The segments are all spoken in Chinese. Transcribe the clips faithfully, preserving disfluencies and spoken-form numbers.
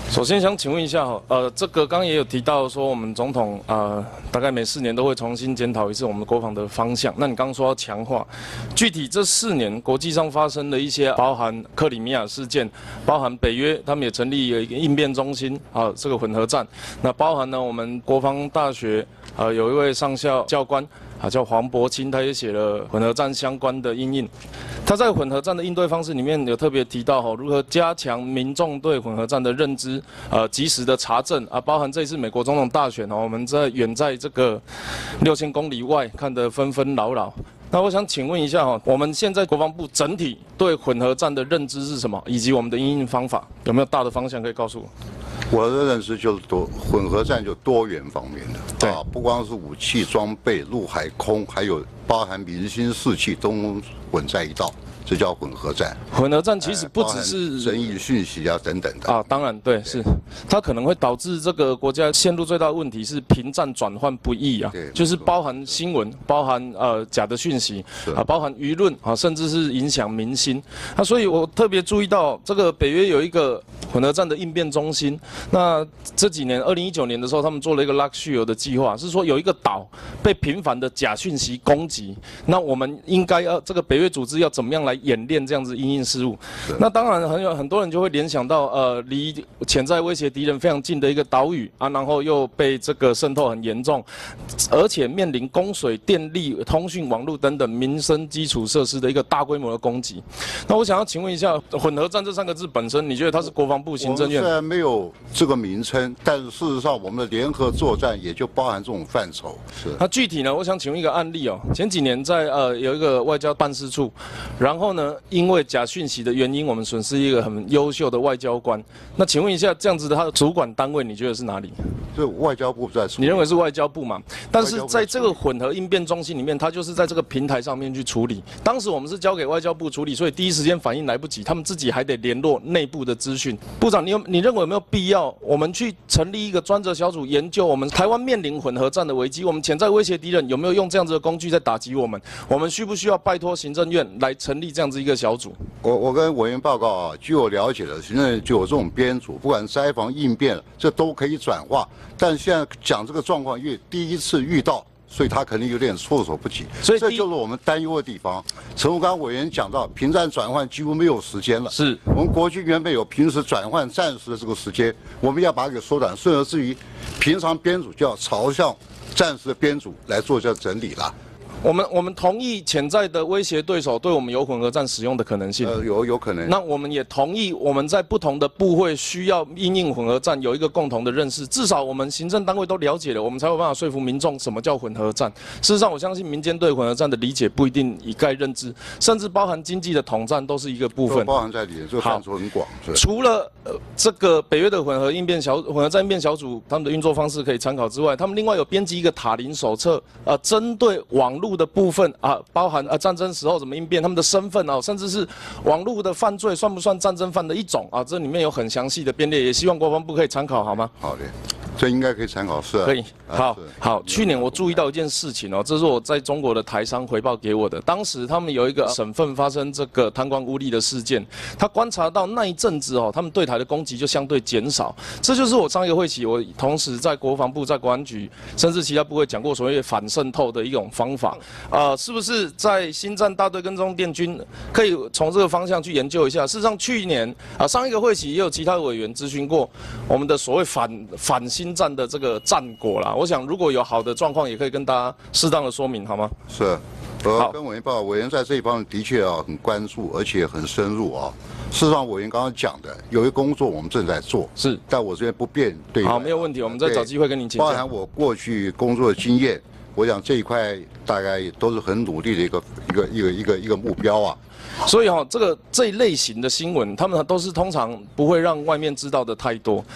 首先想请问一下哈，呃，这个刚刚也有提到说，我们总统呃大概每四年都会重新检讨一次我们国防的方向。那你刚刚说要强化，具体这四年国际上发生的一些，包含克里米亚事件，包含北约他们也成立了一个应变中心啊，这个混合战，那包含呢我们国防大学呃有一位上校教官。啊，叫黄伯清，他也写了混合战相关的因应。他在混合战的应对方式里面有特别提到哈，如何加强民众对混合战的认知，呃，及时的查证啊，包含这一次美国总统大选哦，我们在远在这个六千公里外看得纷纷扰扰。那我想请问一下哈，我们现在国防部整体对混合战的认知是什么，以及我们的因应方法有没有大的方向可以告诉我？ 我的认识就是多混合战就多元方面的， 对啊，不光是武器装备、陆海空，还有包含民心士气都混在一道，这叫混合战。 混合战其实不只是争议讯息啊等等的啊，当然对，是它可能会导致这个国家陷入最大的问题是平战转换不易啊，就是包含新闻，包含呃假的讯息啊，包含舆论啊，甚至是影响民心。那所以我特别注意到这个北约有一个混合战的应变中心。那这几年，二零一九年的时候，他们做了一个 Luxury 的计划，是说有一个岛被频繁的假讯息攻击，那我们应该要这个北约组织要怎么样来演练这样子因应事务？那当然很有很多人就会联想到，呃，离潜在威胁敌人非常近的一个岛屿啊，然后又被这个渗透很严重，而且面临供水、电力、通讯、网络等等民生基础设施的一个大规模的攻击。那我想要请问一下，混合战这三个字本身，你觉得它是国防部行政院？ 虽然没有这个名称，但是事实上我们的联合作战也就包含这种范畴。是。 那具体呢，我想请问一个案例哦，前几年在呃有一个外交办事处，然后呢，因为假讯息的原因，我们损失一个很优秀的外交官。那请问一下，这样子的他的主管单位，你觉得是哪里？ 这外交部在处理。 你认为是外交部嘛？但是在这个混合应变中心里面，他就是在这个平台上面去处理。当时我们是交给外交部处理，所以第一时间反应来不及，他们自己还得联络内部的资讯。部长，你有你认为有没有必要，我们去成立一个专责小组研究我们台湾面临混合战的危机，我们潜在威胁敌人有没有用这样子的工具在打击我们？我们需不需要拜托行政院来成立这样子一个小组？ 我我跟委员报告啊，据我了解的，行政院就有这种编组，不管灾防应变，这都可以转化。但现在讲这个状况，因为第一次遇到。所以他肯定有点措手不及，所以这就是我们担忧的地方。陈福刚委员讲到，平战转换几乎没有时间了。 是我们国军原本有平时转换战时的这个时间，我们要把它给缩短，甚而至于平常编组就要朝向战时的编组来做这整理了。 我们我们同意潜在的威胁对手对我们有混合战使用的可能性， 呃，有有可能。 那我们也同意我们在不同的部会需要因应混合战有一个共同的认识，至少我们行政单位都了解了，我们才有办法说服民众什么叫混合战。事实上，我相信民间对混合战的理解不一定一概认知，甚至包含经济的统战都是一个部分， 都包含在里面，这个范畴很广。 除了呃这个北约的混合应变小混合战应变小组他们的运作方式可以参考之外，他们另外有编辑一个塔林手册，呃，针对网络的部分啊。啊，包含啊战争时候怎么应变，他们的身份啊，甚至是网络的犯罪算不算战争犯的一种啊？这里面有很详细的编列，也希望国防部可以参考，好吗？ 好的。这应该可以参考，是、啊、 可以。好，好。去年我注意到一件事情哦，这是我在中国的台商回报给我的。当时他们有一个省份发生这个贪官污吏的事件，他观察到那一阵子哦，他们对台的攻击就相对减少。这就是我上一个会期，我同时在国防部、在国安局，甚至其他部会讲过所谓反渗透的一种方法。呃，是不是在新战大队跟中电军可以从这个方向去研究一下？事实上，去年啊上一个会期也有其他委员咨询过我们的所谓反反新战的这个战果啦，我想如果有好的状况，也可以跟大家适当的说明，好吗？ 是，我跟委员报，委员在这一方面的确啊很关注，而且很深入啊。事实上，委员刚刚讲的有一个工作我们正在做， 是， 但我这边不便对。 好，没有问题，我们再找机会跟您请教。 包含我过去工作的经验，我想这一块大概都是很努力的一个一个一个一个一个目标啊。 所以哈、哦，这个这一类型的新闻，他们都是通常不会让外面知道的太多。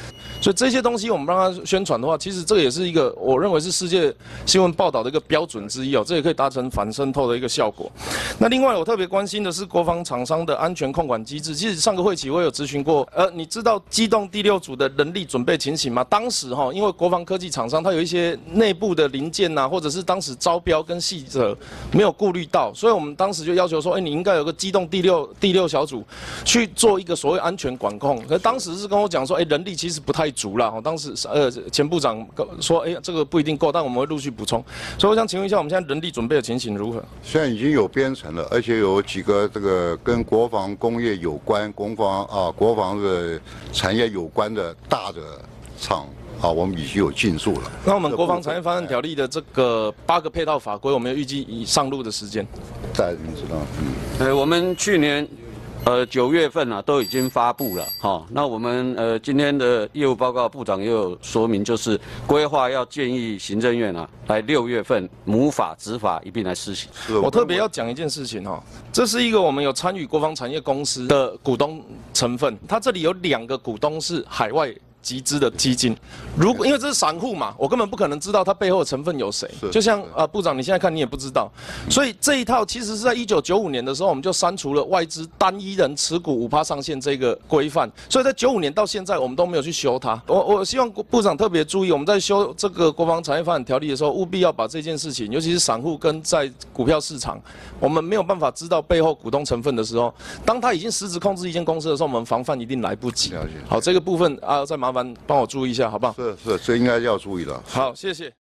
所以这些东西我们让他宣传的话，其实这个也是一个我认为是世界新闻报道的一个标准之一哦，这也可以达成反渗透的一个效果。那另外我特别关心的是国防厂商的安全控管机制。其实上个会期我有咨询过，呃，你知道机动第六组的人力准备情形吗？当时哈，因为国防科技厂商它有一些内部的零件呐、啊，或者是当时招标跟细则没有顾虑到，所以我们当时就要求说，哎，你应该有个机动第六第六小组去做一个所谓安全管控。可当时是跟我讲说，哎，人力其实不太足啦。当时呃前部长说，哎，这个不一定够，但我们会陆续补充。所以我想请问一下，我们现在人力准备的情形如何？ 现在已经有编成了，而且有几个这个跟国防工业有关、国防啊国防的产业有关的大的厂啊，我们已经有进驻了。 那我们国防产业发展条例的这个八个配套法规，我们有预计以上路的时间？ 大家知道，嗯， 呃，我们去年。呃，九月份啊，都已经发布了哈、哦。那我们呃今天的业务报告，部长也有说明，就是规划要建议行政院啊，来六月份母法执法一并来施行。 我特别要讲一件事情哈、哦，这是一个我们有参与国防产业公司的股东成分，它这里有两个股东是海外集资的基金，如果因为这是散户嘛，我根本不可能知道它背后的成分有谁。就像呃部长，你现在看你也不知道，所以这一套其实是在一九九五年的时候，我们就删除了外资单一人持股五趴上限这个规范，所以在九五年到现在，我们都没有去修它。我我希望部长特别注意，我们在修这个国防产业发展条例的时候，务必要把这件事情，尤其是散户跟在股票市场，我们没有办法知道背后股东成分的时候，当他已经实质控制一间公司的时候，我们防范一定来不及。好，这个部分啊，再麻烦帮我注意一下，好不好？ 是是，这应该要注意的。 好，谢谢。